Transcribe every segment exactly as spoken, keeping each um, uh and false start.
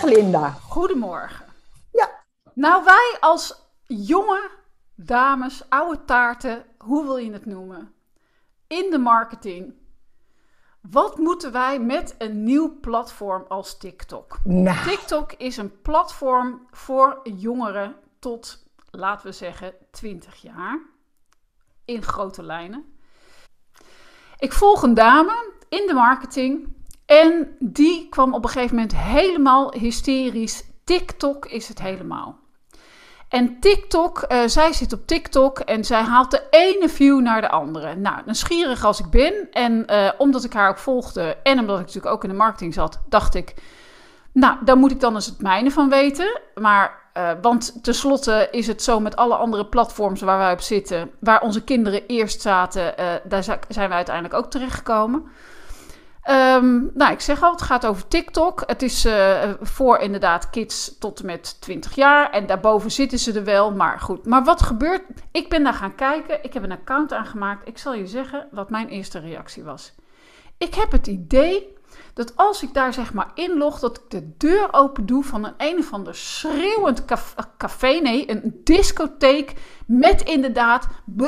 Goedemorgen, Linda. Goedemorgen. Ja. Nou, wij als jonge dames, oude taarten, hoe wil je het noemen? In de marketing. Wat moeten wij met een nieuw platform als TikTok? Nou. TikTok is een platform voor jongeren tot, laten we zeggen, twintig jaar. In grote lijnen. Ik volg een dame in de marketing en die kwam op een gegeven moment helemaal hysterisch. TikTok is het helemaal. En TikTok, uh, zij zit op TikTok en zij haalt de ene view naar de andere. Nou, nieuwsgierig als ik ben en uh, omdat ik haar ook volgde en omdat ik natuurlijk ook in de marketing zat, dacht ik, nou, daar moet ik dan eens het mijne van weten. Maar, uh, want tenslotte is het zo met alle andere platforms waar wij op zitten, waar onze kinderen eerst zaten, uh, daar zijn we uiteindelijk ook terechtgekomen. Um, nou, ik zeg al, het gaat over TikTok. Het is uh, voor inderdaad kids tot en met twintig jaar. En daarboven zitten ze er wel, maar goed. Maar wat gebeurt? Ik ben daar gaan kijken. Ik heb een account aangemaakt. Ik zal je zeggen wat mijn eerste reactie was. Ik heb het idee dat als ik daar zeg maar inlog, dat ik de deur open doe van een een of ander schreeuwend café, nee, een discotheek met inderdaad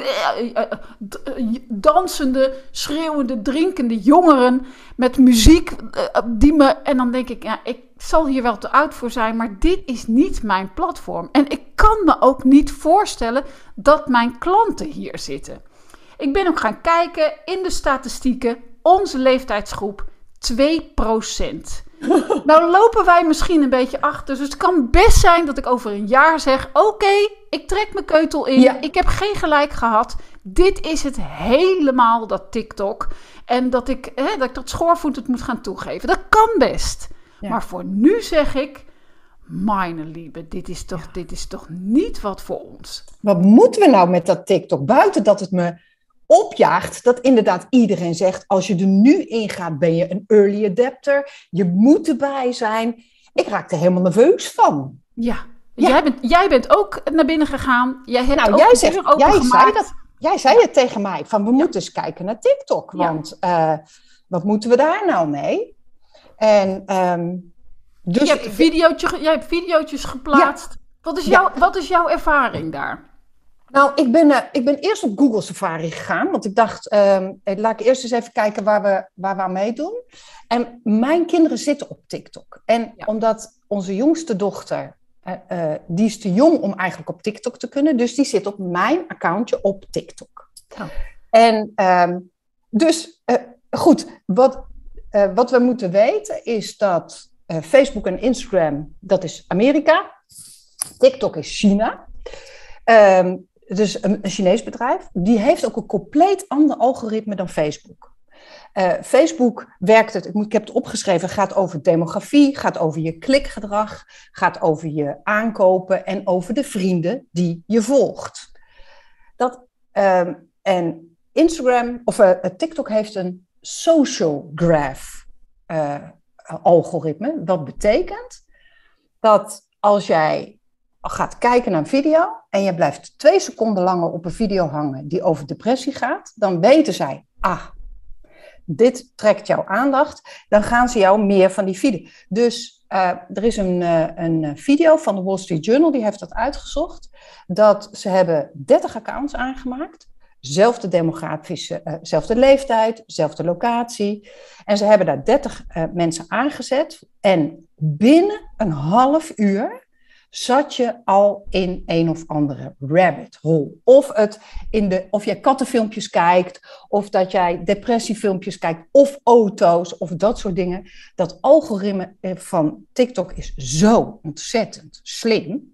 dansende, schreeuwende, drinkende jongeren met muziek die me, en dan denk ik, ja, ik zal hier wel te oud voor zijn, maar dit is niet mijn platform. En ik kan me ook niet voorstellen dat mijn klanten hier zitten. Ik ben ook gaan kijken in de statistieken, onze leeftijdsgroep, twee procent. Nou lopen wij misschien een beetje achter. Dus het kan best zijn dat ik over een jaar zeg, oké, okay, ik trek mijn keutel in. Ja. Ik heb geen gelijk gehad. Dit is het helemaal, dat TikTok. En dat ik, hè, dat ik dat schoorvoetend moet gaan toegeven. Dat kan best. Ja. Maar voor nu zeg ik, meine lieve, dit is, toch, ja. dit is toch niet wat voor ons. Wat moeten we nou met dat TikTok? Buiten dat het me opjaagt, dat inderdaad iedereen zegt, als je er nu in gaat, ben je een early adapter. Je moet erbij zijn. Ik raak er helemaal nerveus van. Ja, ja. Jij, bent, jij bent ook naar binnen gegaan. Jij hebt nou, ook jij zegt, open jij gemaakt. zei dat. Jij zei het tegen mij, van we ja. moeten eens kijken naar TikTok. Want ja. uh, wat moeten we daar nou mee? En, um, dus je hebt een videootje, jij hebt videootjes geplaatst. Ja. Wat, is jouw, ja. wat is jouw ervaring daar? Nou, ik ben, uh, ik ben eerst op Google Safari gegaan. Want ik dacht, um, laat ik eerst eens even kijken waar we, waar we aan meedoen. En mijn kinderen zitten op TikTok. En ja. omdat onze jongste dochter, uh, uh, die is te jong om eigenlijk op TikTok te kunnen. Dus die zit op mijn accountje op TikTok. Oh. En um, dus, uh, goed, wat, uh, wat we moeten weten is dat uh, Facebook en Instagram, dat is Amerika. TikTok is China. Um, Dus een, een Chinees bedrijf, die heeft ook een compleet ander algoritme dan Facebook. Uh, Facebook werkt het, ik, moet, ik heb het opgeschreven, gaat over demografie, gaat over je klikgedrag, gaat over je aankopen en over de vrienden die je volgt. Dat, um, en Instagram, of uh, TikTok heeft een social graph uh, algoritme. Dat betekent dat als jij gaat kijken naar een video en je blijft twee seconden langer op een video hangen die over depressie gaat, dan weten zij, ah, dit trekt jouw aandacht, dan gaan ze jou meer van die video. Dus uh, er is een, uh, een video van de Wall Street Journal, die heeft dat uitgezocht, dat ze hebben dertig accounts aangemaakt, zelfde demografische, uh, zelfde leeftijd, zelfde locatie, en ze hebben daar dertig uh, mensen aangezet en binnen een half uur zat je al in een of andere rabbit hole. Of, het in de, of jij kattenfilmpjes kijkt, of dat jij depressiefilmpjes kijkt, of auto's, of dat soort dingen. Dat algoritme van TikTok is zo ontzettend slim.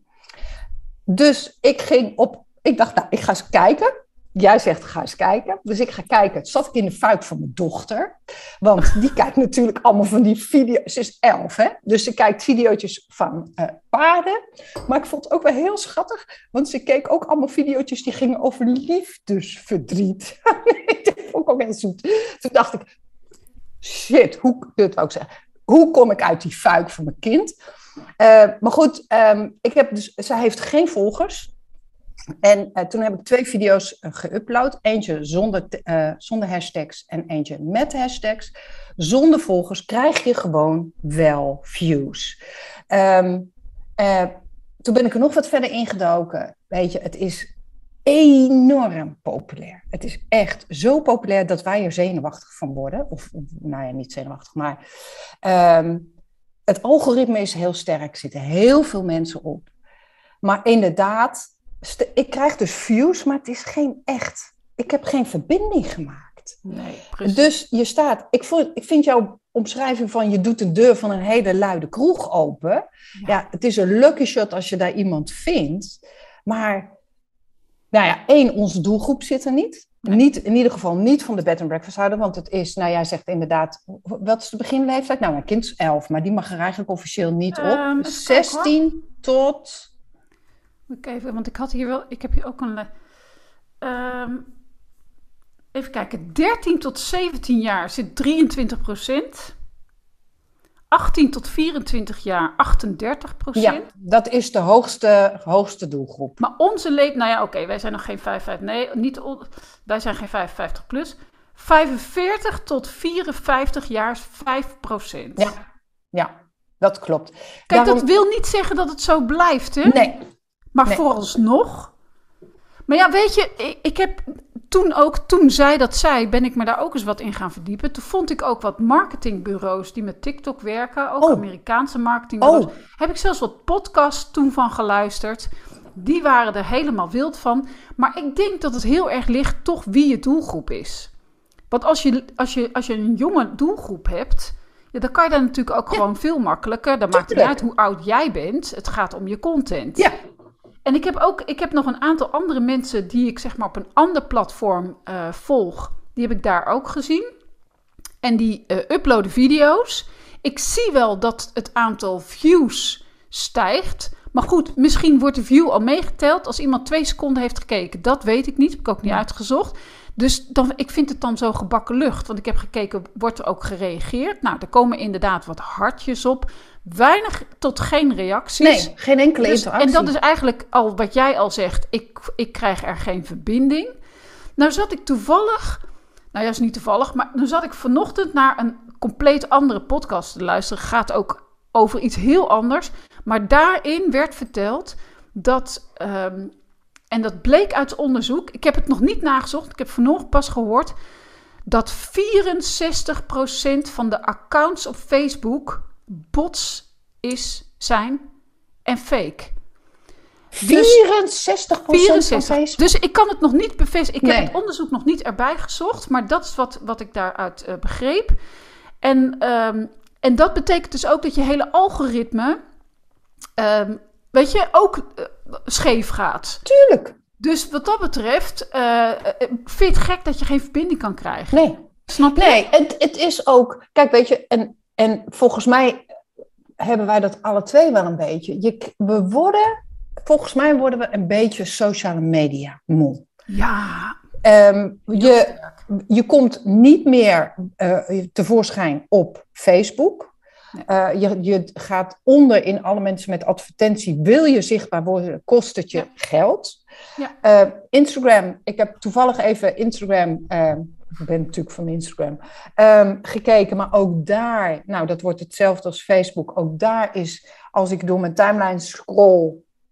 Dus ik ging op, ik dacht, nou, ik ga eens kijken. Jij zegt, ga eens kijken. Dus ik ga kijken. Het zat ik in de fuik van mijn dochter. Want die kijkt natuurlijk allemaal van die video's. Ze is elf, hè? Dus ze kijkt video's van uh, paarden. Maar ik vond het ook wel heel schattig. Want ze keek ook allemaal video's die gingen over liefdesverdriet. Dat vond ik ook heel zoet. Toen dacht ik, shit, hoe, dit wou ik zeggen, hoe kom ik uit die fuik van mijn kind? Uh, maar goed, um, ik heb dus, zij heeft geen volgers. En uh, toen heb ik twee video's uh, geüpload. Eentje zonder, uh, zonder hashtags en eentje met hashtags. Zonder volgers krijg je gewoon wel views. Um, uh, toen ben ik er nog wat verder ingedoken. Weet je, het is enorm populair. Het is echt zo populair dat wij er zenuwachtig van worden. Of, nou ja, niet zenuwachtig, maar... Um, het algoritme is heel sterk. Er zitten heel veel mensen op. Maar inderdaad, st- ik krijg dus views, maar het is geen echt... Ik heb geen verbinding gemaakt. Nee, precies. Dus je staat... Ik, voel, ik vind jouw omschrijving van... je doet de deur van een hele luide kroeg open. Ja, ja het is een lucky shot als je daar iemand vindt. Maar... Nou ja, één, onze doelgroep zit er niet. Nee. Niet. In ieder geval niet van de bed and breakfast houder. Want het is, nou jij zegt inderdaad... Wat is de beginleeftijd? Nou, mijn kind is elf. Maar die mag er eigenlijk officieel niet op. Um, zestien tot... Moet ik even, want ik had hier wel... Ik heb hier ook een... Um, even kijken. dertien tot zeventien jaar zit drieëntwintig procent. achttien tot vierentwintig jaar achtendertig procent. Ja, dat is de hoogste, hoogste doelgroep. Maar onze leeftijd... Nou ja, oké, okay, wij zijn nog geen vijfenvijftig... Nee, niet, wij zijn geen vijfenvijftig plus. vijfenveertig tot vierenvijftig jaar is vijf procent. Ja, ja, dat klopt. Kijk, Daarom... dat wil niet zeggen dat het zo blijft, hè? Nee. Maar nee. vooralsnog... Maar ja, weet je, ik, ik heb toen ook, toen zij dat zei, ben ik me daar ook eens wat in gaan verdiepen. Toen vond ik ook wat marketingbureaus die met TikTok werken, ook oh. Amerikaanse marketingbureaus. Oh. Heb ik zelfs wat podcasts toen van geluisterd. Die waren er helemaal wild van. Maar ik denk dat het heel erg ligt toch wie je doelgroep is. Want als je, als je, als je een jonge doelgroep hebt, ja, dan kan je daar natuurlijk ook ja. gewoon veel makkelijker. Dan maakt het niet uit hoe oud jij bent. Het gaat om je content. Ja. En ik heb ook, ik heb nog een aantal andere mensen die ik zeg maar op een ander platform uh, volg. Die heb ik daar ook gezien. En die uh, uploaden video's. Ik zie wel dat het aantal views stijgt. Maar goed, misschien wordt de view al meegeteld als iemand twee seconden heeft gekeken. Dat weet ik niet, heb ik ook niet ja. uitgezocht. Dus dan, ik vind het dan zo gebakken lucht. Want ik heb gekeken, wordt er ook gereageerd? Nou, er komen inderdaad wat hartjes op. Weinig tot geen reacties. Nee, geen enkele dus, interactie. En dat is eigenlijk al wat jij al zegt. Ik, ik krijg er geen verbinding. Nou zat ik toevallig... Nou ja, is niet toevallig. Maar nu zat ik vanochtend naar een compleet andere podcast te luisteren. Gaat ook over iets heel anders. Maar daarin werd verteld dat... Um, en dat bleek uit onderzoek. Ik heb het nog niet nagezocht. Ik heb vanochtend pas gehoord... dat vierenzestig procent van de accounts op Facebook... bots is, zijn en fake. vierenzestig procent van Facebook? Dus ik kan het nog niet bevestigen. Ik nee. heb het onderzoek nog niet erbij gezocht. Maar dat is wat, wat ik daaruit uh, begreep. En, um, en dat betekent dus ook dat je hele algoritme... Um, weet je, ook uh, scheef gaat. Tuurlijk. Dus wat dat betreft, uh, vind je het gek dat je geen verbinding kan krijgen? Nee. Snap je? Nee, het, het is ook... Kijk, weet je, en, en volgens mij hebben wij dat alle twee wel een beetje. Je, we worden, volgens mij worden we een beetje sociale media moe. Ja. Um, je, je komt niet meer uh, tevoorschijn op Facebook... Uh, je, je gaat onder in alle mensen met advertentie. Wil je zichtbaar worden, kost het je ja. geld. Ja. Uh, Instagram, ik heb toevallig even Instagram, uh, ik ben natuurlijk van Instagram, um, gekeken. Maar ook daar, nou dat wordt hetzelfde als Facebook. Ook daar is, als ik door mijn timeline scroll,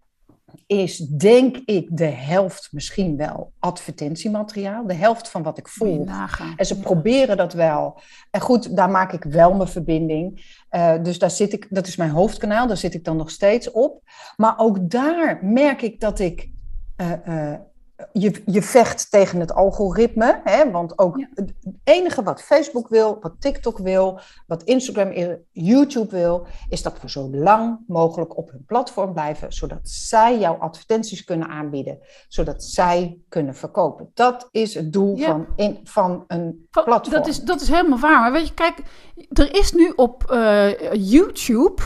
is denk ik de helft misschien wel advertentiemateriaal. De helft van wat ik volg. En ze proberen dat wel. En goed, daar maak ik wel mijn verbinding. Uh, dus daar zit ik, dat is mijn hoofdkanaal, daar zit ik dan nog steeds op. Maar ook daar merk ik dat ik... Uh, uh, je, je vecht tegen het algoritme. Hè? Want ook ja. het enige wat Facebook wil, wat TikTok wil, wat Instagram, YouTube wil, is dat we zo lang mogelijk op hun platform blijven, zodat zij jouw advertenties kunnen aanbieden, zodat zij kunnen verkopen. Dat is het doel ja. van, in, van een van, platform. Dat is, dat is helemaal waar. Maar weet je, kijk, er is nu op uh, YouTube...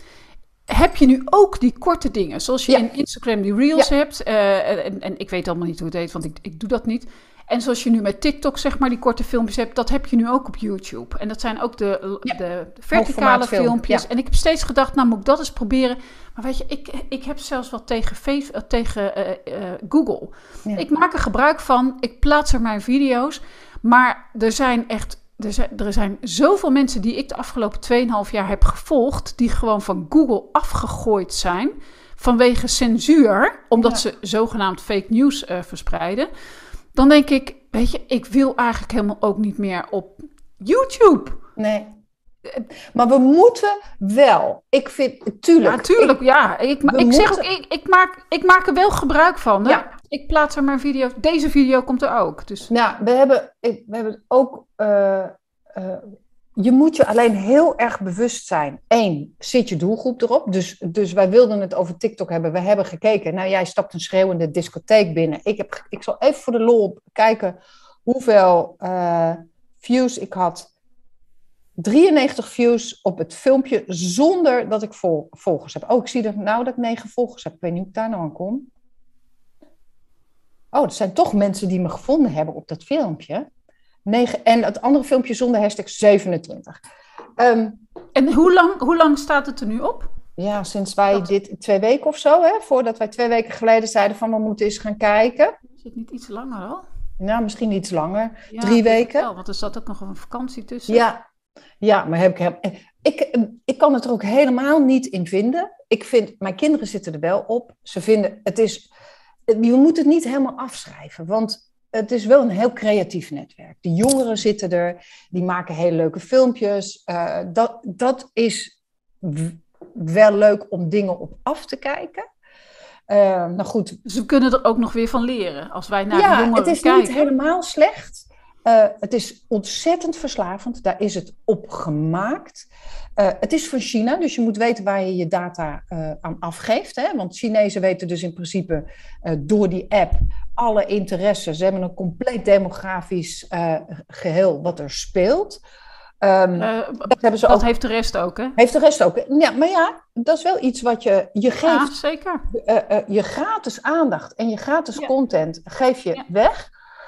heb je nu ook die korte dingen. Zoals je ja. in Instagram die reels ja. hebt. Uh, en, en ik weet allemaal niet hoe het heet, want ik, ik doe dat niet. En zoals je nu met TikTok zeg maar die korte filmpjes hebt, dat heb je nu ook op YouTube. En dat zijn ook de, ja. de verticale filmpjes. Ja. En ik heb steeds gedacht, nou moet ik dat eens proberen. Maar weet je, ik, ik heb zelfs wat tegen, face, tegen uh, uh, Google. Ja. Ik maak er gebruik van. Ik plaats er mijn video's. Maar er zijn echt... er zijn, er zijn zoveel mensen die ik de afgelopen twee komma vijf jaar heb gevolgd, die gewoon van Google afgegooid zijn vanwege censuur, omdat ja. ze zogenaamd fake news uh, verspreiden. Dan denk ik, weet je, ik wil eigenlijk helemaal ook niet meer op YouTube. Nee. Maar we moeten wel. Ik vind, tuurlijk. Ja, tuurlijk, ik, ja. Ik, ik moeten... zeg ook, ik, ik, maak, ik maak er wel gebruik van. Hè? Ja. Ik plaats er maar video. Deze video komt er ook. Dus. Nou, we hebben, we hebben ook... Uh, uh, je moet je alleen heel erg bewust zijn. Eén, zit je doelgroep erop? Dus, dus wij wilden het over TikTok hebben. We hebben gekeken. Nou, jij stapt een schreeuwende discotheek binnen. Ik, heb, ik zal even voor de lol kijken hoeveel uh, views ik had. drieënnegentig views op het filmpje zonder dat ik vol, volgers heb. Oh, ik zie er nou dat ik negen volgers heb. Ik weet niet hoe ik daar nou aan kom. Oh, dat zijn toch mensen die me gevonden hebben op dat filmpje. negen, en het andere filmpje zonder hashtag zevenentwintig. Um, en hoe lang, hoe lang staat het er nu op? Ja, sinds wij dat... dit twee weken of zo, hè, voordat wij twee weken geleden zeiden van we moeten eens gaan kijken. Is het niet iets langer al? Nou, misschien iets langer. Ja, Drie weken. Wel, want er zat ook nog een vakantie tussen. Ja, ja maar heb ik, ik, ik kan het er ook helemaal niet in vinden. Ik vind, mijn kinderen zitten er wel op. Ze vinden, het is, je moet het niet helemaal afschrijven, want het is wel een heel creatief netwerk. De jongeren zitten er, die maken hele leuke filmpjes. Uh, dat, dat is w- wel leuk om dingen op af te kijken. Uh, nou goed. Dus we kunnen er ook nog weer van leren als wij naar ja, de jongeren het is kijken. niet helemaal slecht. Uh, het is ontzettend verslavend. Daar is het op gemaakt. Uh, het is van China, dus je moet weten waar je je data uh, aan afgeeft. Hè? Want Chinezen weten dus in principe uh, door die app alle interesses. Ze hebben een compleet demografisch uh, geheel wat er speelt. Um, uh, dat hebben ze dat ook, heeft de rest ook, hè? Heeft de rest ook. Ja, maar ja, dat is wel iets wat je... Je geeft ja, zeker. Uh, uh, je gratis aandacht en je gratis ja. content geef je ja. weg.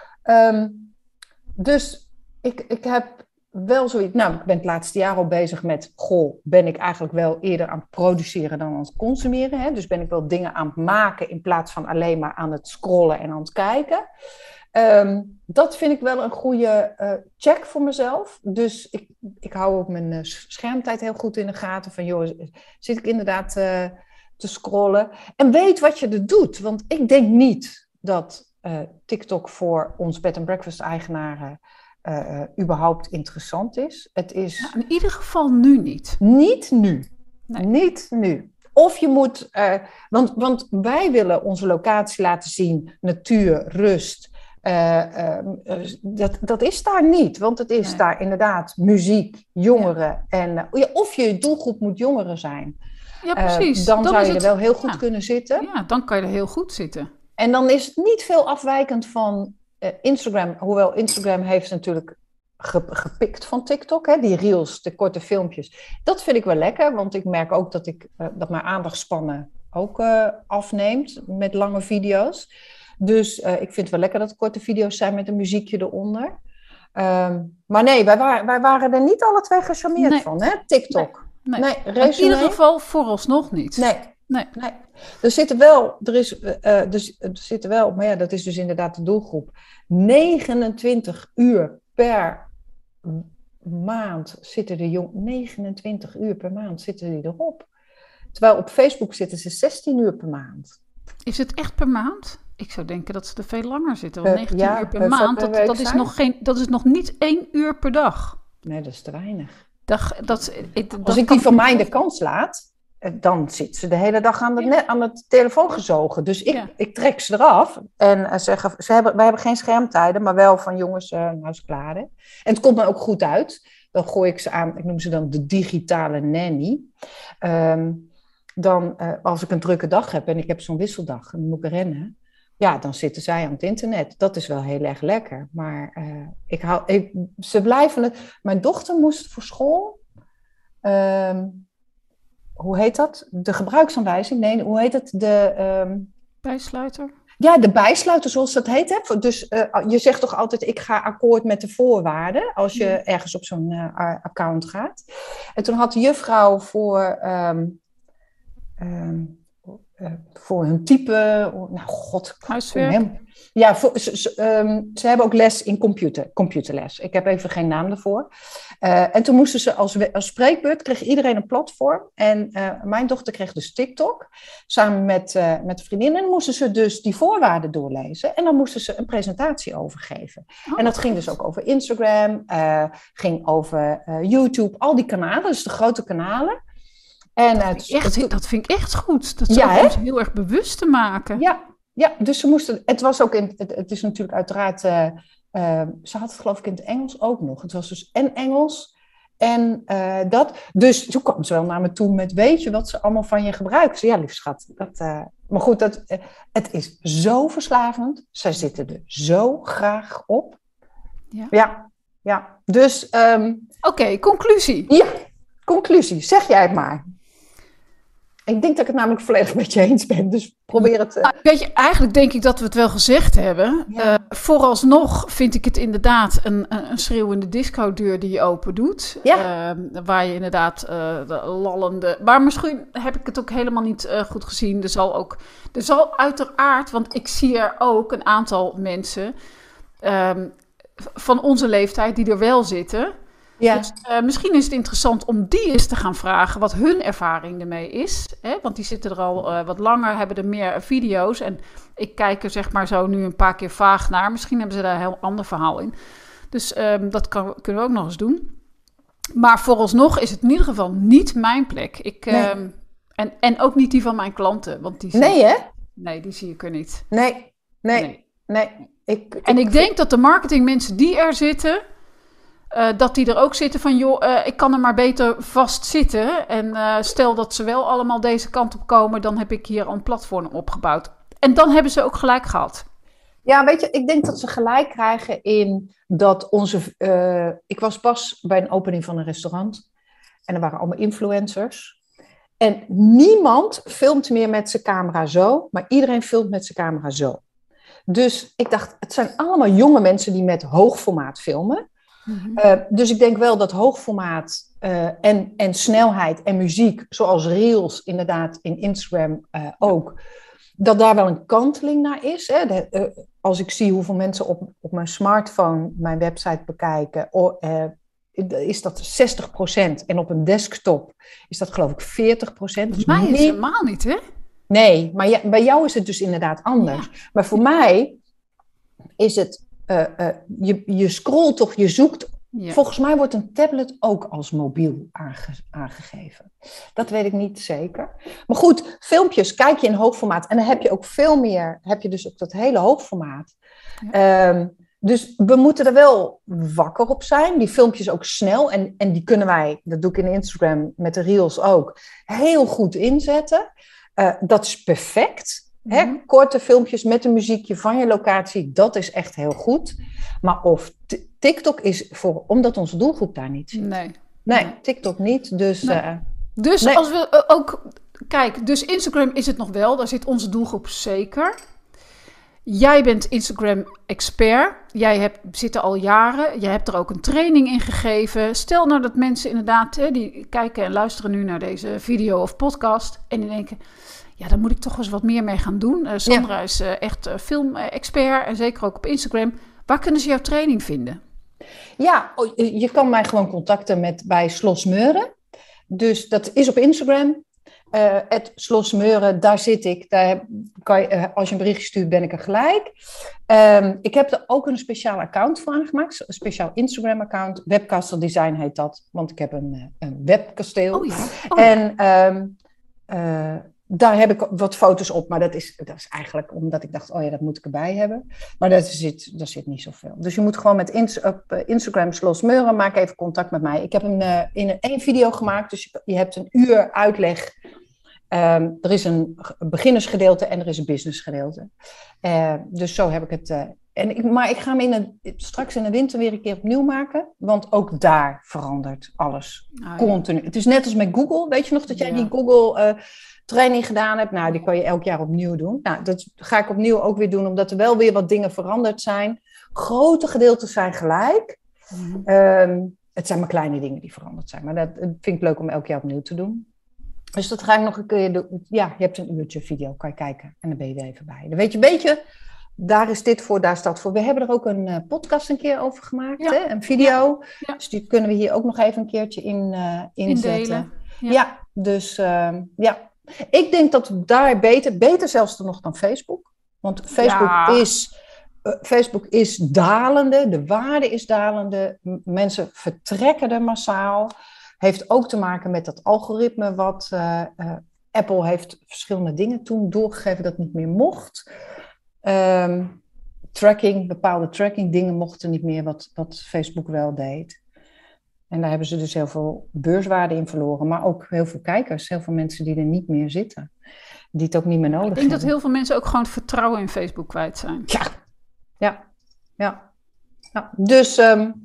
Um, dus ik, ik heb wel zoiets... Nou, ik ben het laatste jaar al bezig met... Goh, ben ik eigenlijk wel eerder aan het produceren dan aan het consumeren. Hè? Dus ben ik wel dingen aan het maken in plaats van alleen maar aan het scrollen en aan het kijken. Um, dat vind ik wel een goede uh, check voor mezelf. Dus ik, ik hou ook mijn uh, schermtijd heel goed in de gaten. Van joh, zit ik inderdaad uh, te scrollen? En weet wat je er doet. Want ik denk niet dat uh, TikTok voor ons bed and breakfast eigenaren uh, uh, überhaupt interessant is. Het is... Ja, in ieder geval nu niet. Niet nu. Nee. Niet nu. Of je moet... Uh, want, want wij willen onze locatie laten zien. Natuur, rust... Uh, uh, dat, dat is daar niet, want het is nee. daar inderdaad muziek, jongeren. Ja. En, uh, ja, of je doelgroep moet jongeren zijn. Ja, precies. Uh, dan dat zou je het... er wel heel goed ja. kunnen zitten. Ja, dan kan je er heel goed zitten. En dan is het niet veel afwijkend van uh, Instagram. Hoewel Instagram heeft natuurlijk ge- gepikt van TikTok. Hè? Die reels, de korte filmpjes. Dat vind ik wel lekker, want ik merk ook dat, ik, uh, dat mijn aandachtspannen ook uh, afneemt met lange video's. Dus uh, ik vind het wel lekker dat het korte video's zijn met een muziekje eronder. Um, maar nee, wij, wa- wij waren er niet alle twee gecharmeerd nee. van, hè? TikTok. Nee, nee. nee in ieder geval vooralsnog niet. Nee. nee. nee. Er zitten wel, er is, uh, er, er zitten wel, maar ja, dat is dus inderdaad de doelgroep. negenentwintig uur per maand zitten de jong... negenentwintig uur per maand zitten die erop. Terwijl op Facebook zitten ze zestien uur per maand. Is het echt per maand? Ik zou denken dat ze er veel langer zitten. Want negentien ja, uur per maand, dat, dat, is nog geen, dat is nog niet één uur per dag. Nee, dat is te weinig. Dat, dat, ik, dat Als ik die van mij in de kans laat, dan zit ze de hele dag aan de, ja. net, aan het telefoon gezogen. Dus ik, ja. ik trek ze eraf en uh, zeg, ze hebben, wij hebben geen schermtijden, maar wel van jongens, uh, nou is klaar. Hè? En het komt me ook goed uit. Dan gooi ik ze aan, ik noem ze dan de digitale nanny. Um, dan, uh, als ik een drukke dag heb en ik heb zo'n wisseldag en dan moet ik rennen, ja, dan zitten zij aan het internet. Dat is wel heel erg lekker. Maar uh, ik hou, ik, ze blijven het. Mijn dochter moest voor school, um, hoe heet dat? De gebruiksaanwijzing? Nee, hoe heet het? De um, bijsluiter? Ja, de bijsluiter zoals dat heet. Hè? Dus uh, je zegt toch altijd, ik ga akkoord met de voorwaarden als je ja. ergens op zo'n uh, account gaat. En toen had de juffrouw voor... Um, Um, uh, voor hun type. Nou, god. Huiswerk? Ja, voor, ze, ze, um, ze hebben ook les in computer, computerles. Ik heb even geen naam ervoor. Uh, en toen moesten ze als, als spreekbeurt, kreeg iedereen een platform. En uh, mijn dochter kreeg dus TikTok. Samen met, uh, met vriendinnen. En moesten ze dus die voorwaarden doorlezen. En dan moesten ze een presentatie overgeven. Oh, en dat ging dus ook over Instagram. Uh, ging over uh, YouTube. Al die kanalen, dus de grote kanalen. En, uh, dat, vind echt, het, dat vind ik echt goed. Dat is ja, ons heel erg bewust te maken. Ja. Ja, dus ze moesten. Het was ook in. Het, het is natuurlijk uiteraard. Uh, uh, ze had het geloof ik in het Engels ook nog. Het was dus en Engels en uh, dat. Dus toen kwam ze wel naar me toe met: weet je wat ze allemaal van je gebruiken? Ze, ja, lief schat. Dat, uh, maar goed, dat, uh, het is zo verslavend. Zij zitten er zo graag op. Ja, ja. ja. Dus. Um, Oké, okay, conclusie. Ja, conclusie. Zeg jij het maar. Ik denk dat ik het namelijk volledig met je eens ben, dus probeer het... Uh... Nou, weet je, eigenlijk denk ik dat we het wel gezegd hebben. Ja. Uh, vooralsnog vind ik het inderdaad een, een schreeuwende discodeur die je open doet. Ja. Uh, waar je inderdaad uh, de lallende... Maar misschien heb ik het ook helemaal niet uh, goed gezien. Er zal ook... Er zal uiteraard, want ik zie er ook een aantal mensen um, van onze leeftijd die er wel zitten... Ja. Dus uh, misschien is het interessant om die eens te gaan vragen wat hun ervaring ermee is. Hè? Want die zitten er al uh, wat langer, hebben er meer video's. En ik kijk er zeg maar zo nu een paar keer vaag naar. Misschien hebben ze daar een heel ander verhaal in. Dus um, dat kan, kunnen we ook nog eens doen. Maar vooralsnog is het in ieder geval niet mijn plek. Ik, nee. um, en, en ook niet die van mijn klanten. Want die zie, nee hè? Nee, die zie ik er niet. Nee, nee, nee. nee. Ik, en ik, ik denk dat de marketingmensen die er zitten... Uh, dat die er ook zitten van, joh, uh, ik kan er maar beter vast zitten. En uh, stel dat ze wel allemaal deze kant op komen, dan heb ik hier al een platform opgebouwd. En dan hebben ze ook gelijk gehad. Ja, weet je, ik denk dat ze gelijk krijgen in dat onze... Uh, ik was pas bij een opening van een restaurant. En er waren allemaal influencers. En niemand filmt meer met zijn camera zo, maar iedereen filmt met zijn camera zo. Dus ik dacht, het zijn allemaal jonge mensen die met hoogformaat filmen. Mm-hmm. Uh, dus ik denk wel dat hoogformaat uh, en, en snelheid en muziek, zoals Reels inderdaad in Instagram uh, ook, dat daar wel een kanteling naar is. Hè? De, uh, als ik zie hoeveel mensen op, op mijn smartphone mijn website bekijken, oh, uh, is dat zestig procent. En op een desktop is dat geloof ik veertig procent. Dus bij mij is het helemaal niet, hè? Nee, maar ja, bij jou is het dus inderdaad anders. Ja. Maar voor mij is het... Uh, uh, je, je scrolt toch, je zoekt. Ja. Volgens mij wordt een tablet ook als mobiel aange, aangegeven. Dat weet ik niet zeker. Maar goed, filmpjes kijk je in hoogformaat. En dan heb je ook veel meer, heb je dus ook dat hele hoogformaat. Ja. Um, dus we moeten er wel wakker op zijn. Die filmpjes ook snel. En, en die kunnen wij, dat doe ik in Instagram met de Reels ook, heel goed inzetten. Uh, dat is perfect. Hè, mm-hmm. Korte filmpjes met een muziekje van je locatie, dat is echt heel goed. Maar of t- TikTok is voor, omdat onze doelgroep daar niet zit. Nee. Nee, TikTok niet. Dus, nee. uh, dus nee. als we uh, ook... Kijk, dus Instagram is het nog wel. Daar zit onze doelgroep zeker. Jij bent Instagram-expert. Jij hebt, zit er al jaren. Jij hebt er ook een training in gegeven. Stel nou dat mensen inderdaad... Hè, die kijken en luisteren nu naar deze video of podcast. En die denken... Ja, daar moet ik toch eens wat meer mee gaan doen. Uh, Sandra ja. is uh, echt uh, film-expert en zeker ook op Instagram. Waar kunnen ze jouw training vinden? Ja, je kan mij gewoon contacten met, bij Slosmeuren. Dus dat is op Instagram. Uh, het Slosmeuren, daar zit ik. Daar kan je, uh, als je een berichtje stuurt, ben ik er gelijk. Um, ik heb er ook een speciaal account voor aangemaakt. Een speciaal Instagram-account. Webcaster Design heet dat. Want ik heb een, een webkasteel. Oh ja. Oh. En... Um, uh, Daar heb ik wat foto's op, maar dat is, dat is eigenlijk omdat ik dacht, oh ja, dat moet ik erbij hebben. Maar daar zit, daar zit niet zoveel. Dus je moet gewoon met ins, op Instagram Slosmeuren, maak even contact met mij. Ik heb een, uh, in een één video gemaakt, dus je, je hebt een uur uitleg. Um, er is een beginnersgedeelte en er is een businessgedeelte. Uh, dus zo heb ik het... Uh, en ik, maar ik ga hem in een, straks in de winter weer een keer opnieuw maken. Want ook daar verandert alles. Oh, continu. Ja. Het is net als met Google. Weet je nog dat jij ja. die Google... Uh, training gedaan heb, nou, die kan je elk jaar opnieuw doen. Nou, dat ga ik opnieuw ook weer doen, omdat er wel weer wat dingen veranderd zijn. Grote gedeeltes zijn gelijk. Mm-hmm. Um, het zijn maar kleine dingen die veranderd zijn. Maar dat vind ik leuk om elk jaar opnieuw te doen. Dus dat ga ik nog een keer doen. Ja, je hebt een uurtje video, kan je kijken. En dan ben je er even bij. Dan weet je een beetje, daar is dit voor, daar is dat voor. We hebben er ook een uh, podcast een keer over gemaakt, ja. hè? Een video. Ja. Ja. Dus die kunnen we hier ook nog even een keertje in uh, inzetten. Ja. ja, dus uh, ja. Ik denk dat we daar beter, beter zelfs nog dan Facebook. Want Facebook ja. is... Uh, Facebook is dalende, de waarde is dalende. M- mensen vertrekken er massaal. Heeft ook te maken met dat algoritme wat uh, uh, Apple heeft verschillende dingen toen doorgegeven dat het niet meer mocht. Um, tracking, bepaalde tracking dingen mochten niet meer wat, wat Facebook wel deed. En daar hebben ze dus heel veel beurswaarde in verloren. Maar ook heel veel kijkers, heel veel mensen die er niet meer zitten. Die het ook niet meer nodig hebben. Ik denk hebben. dat heel veel mensen ook gewoon het vertrouwen in Facebook kwijt zijn. Ja, ja, ja. ja. Dus... Um,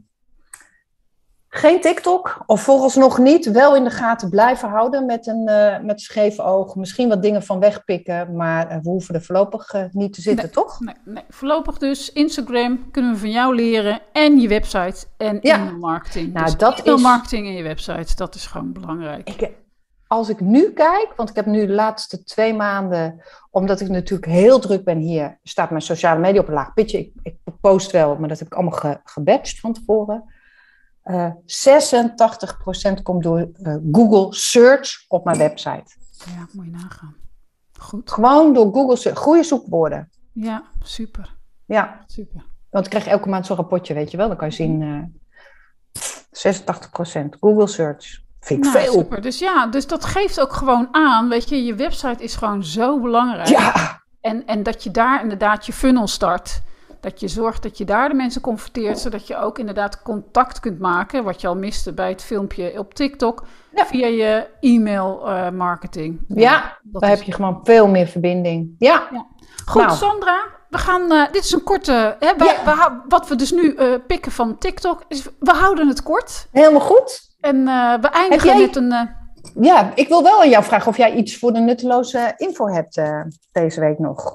Geen TikTok, of vooralsnog niet. Wel in de gaten blijven houden met een uh, met scheef oog. Misschien wat dingen van wegpikken, maar uh, we hoeven er voorlopig uh, niet te zitten, nee, toch? Nee, nee, voorlopig dus. Instagram kunnen we van jou leren. En je website en ja. e-mailmarketing. Nou, dus dat e-mailmarketing is... en je website, dat is gewoon belangrijk. Ik, als ik nu kijk, want ik heb nu de laatste twee maanden... omdat ik natuurlijk heel druk ben hier... staat mijn sociale media op een laag pitje. Ik, ik post wel, maar dat heb ik allemaal ge, gebatcht van tevoren... Uh, zesentachtig procent komt door uh, Google Search op mijn website. Ja, moet je nagaan. Goed. Gewoon door Google Search. Goede zoekwoorden. Ja, super. Ja. Super. Want ik krijg elke maand zo'n rapportje, weet je wel. Dan kan je zien uh, zesentachtig procent Google Search. Vind ik nou, veel. Super. Dus ja, dus dat geeft ook gewoon aan. Weet je, je website is gewoon zo belangrijk. Ja. En, en dat je daar inderdaad je funnel start... Dat je zorgt dat je daar de mensen converteert, zodat je ook inderdaad contact kunt maken, wat je al miste bij het filmpje op TikTok, ja. via je e-mail uh, marketing. Ja, ja daar is... heb je gewoon veel meer verbinding. Ja. ja. Goed, nou. Sandra, we gaan, uh, dit is een korte, hè, wij, ja. we, wat we dus nu uh, pikken van TikTok, is we houden het kort. Helemaal goed. En uh, we eindigen jij... met een... Uh... Ja, ik wil wel aan jou vragen of jij iets voor de nutteloze info hebt uh, deze week nog.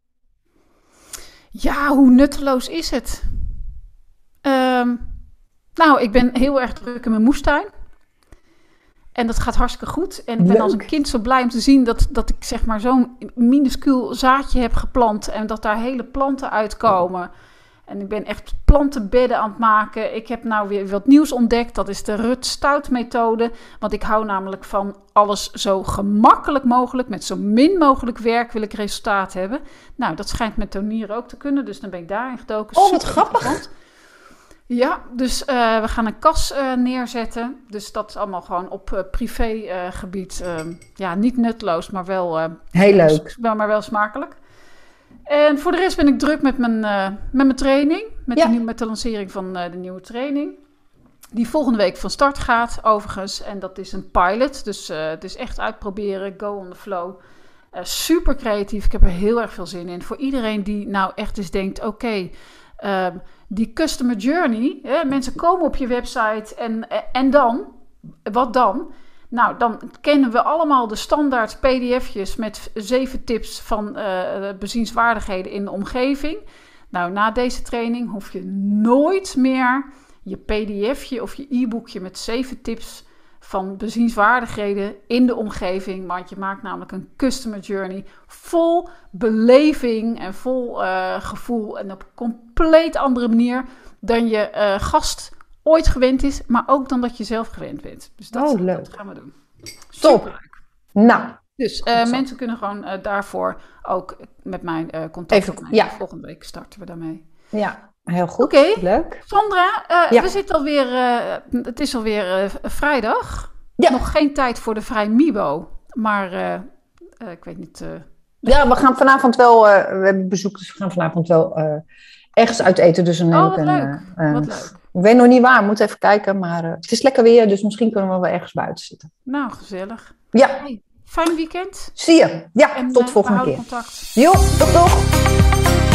Ja, hoe nutteloos is het? Um, nou, ik ben heel erg druk in mijn moestuin. En dat gaat hartstikke goed. En ik ben Leuk. als een kind zo blij om te zien dat, dat ik zeg maar zo'n minuscuul zaadje heb geplant. En dat daar hele planten uitkomen. En ik ben echt plantenbedden aan het maken. Ik heb nou weer wat nieuws ontdekt. Dat is de Rut Stout methode. Want ik hou namelijk van alles zo gemakkelijk mogelijk. Met zo min mogelijk werk wil ik resultaat hebben. Nou, dat schijnt met tonieren ook te kunnen. Dus dan ben ik daarin gedoken. Oh, wat grappig. Ja, dus uh, we gaan een kas uh, neerzetten. Dus dat is allemaal gewoon op uh, privégebied. Uh, uh, ja, niet nutteloos, maar wel... Uh, Heel leuk. Uh, maar wel smakelijk. En voor de rest ben ik druk met mijn, uh, met mijn training. Met, ja. de, met de lancering van uh, de nieuwe training. Die volgende week van start gaat, overigens. En dat is een pilot. Dus uh, het is echt uitproberen. Go on the flow. Uh, super creatief. Ik heb er heel erg veel zin in. Voor iedereen die nou echt eens denkt... Oké, okay, uh, die customer journey. Hè, mensen komen op je website. En, en dan? Wat dan? Nou, dan kennen we allemaal de standaard P D F'jes met zeven tips van uh, bezienswaardigheden in de omgeving. Nou, na deze training hoef je nooit meer je P D F'je of je e-boekje met zeven tips van bezienswaardigheden in de omgeving. Want je maakt namelijk een customer journey vol beleving en vol uh, gevoel en op een compleet andere manier dan je uh, gast ooit gewend is, maar ook dan dat je zelf gewend bent. Dus dat, oh, leuk. dat gaan we doen. Top. Superleuk. Nou. Dus uh, mensen kunnen gewoon uh, daarvoor ook met mij uh, contact Even, opnemen. Ja. Volgende week starten we daarmee. Ja, heel goed. Oké. Okay. Leuk. Sandra, uh, ja. we zitten alweer, uh, het is alweer uh, vrijdag. Ja. Nog geen tijd voor de Vrij Mibo, maar uh, uh, ik weet niet... Uh, ja, we gaan vanavond wel, uh, we hebben bezoek, dus we gaan vanavond wel uh, ergens uit eten. Dus dan neem oh, wat ik een, leuk. Uh, wat leuk. Ik weet nog niet waar, we moeten even kijken. Maar uh, het is lekker weer, dus misschien kunnen we wel ergens buiten zitten. Nou, gezellig. Ja. Hey, fijn weekend. Zie je. Ja, en, tot uh, volgende keer. Contact. Jo, tot toch.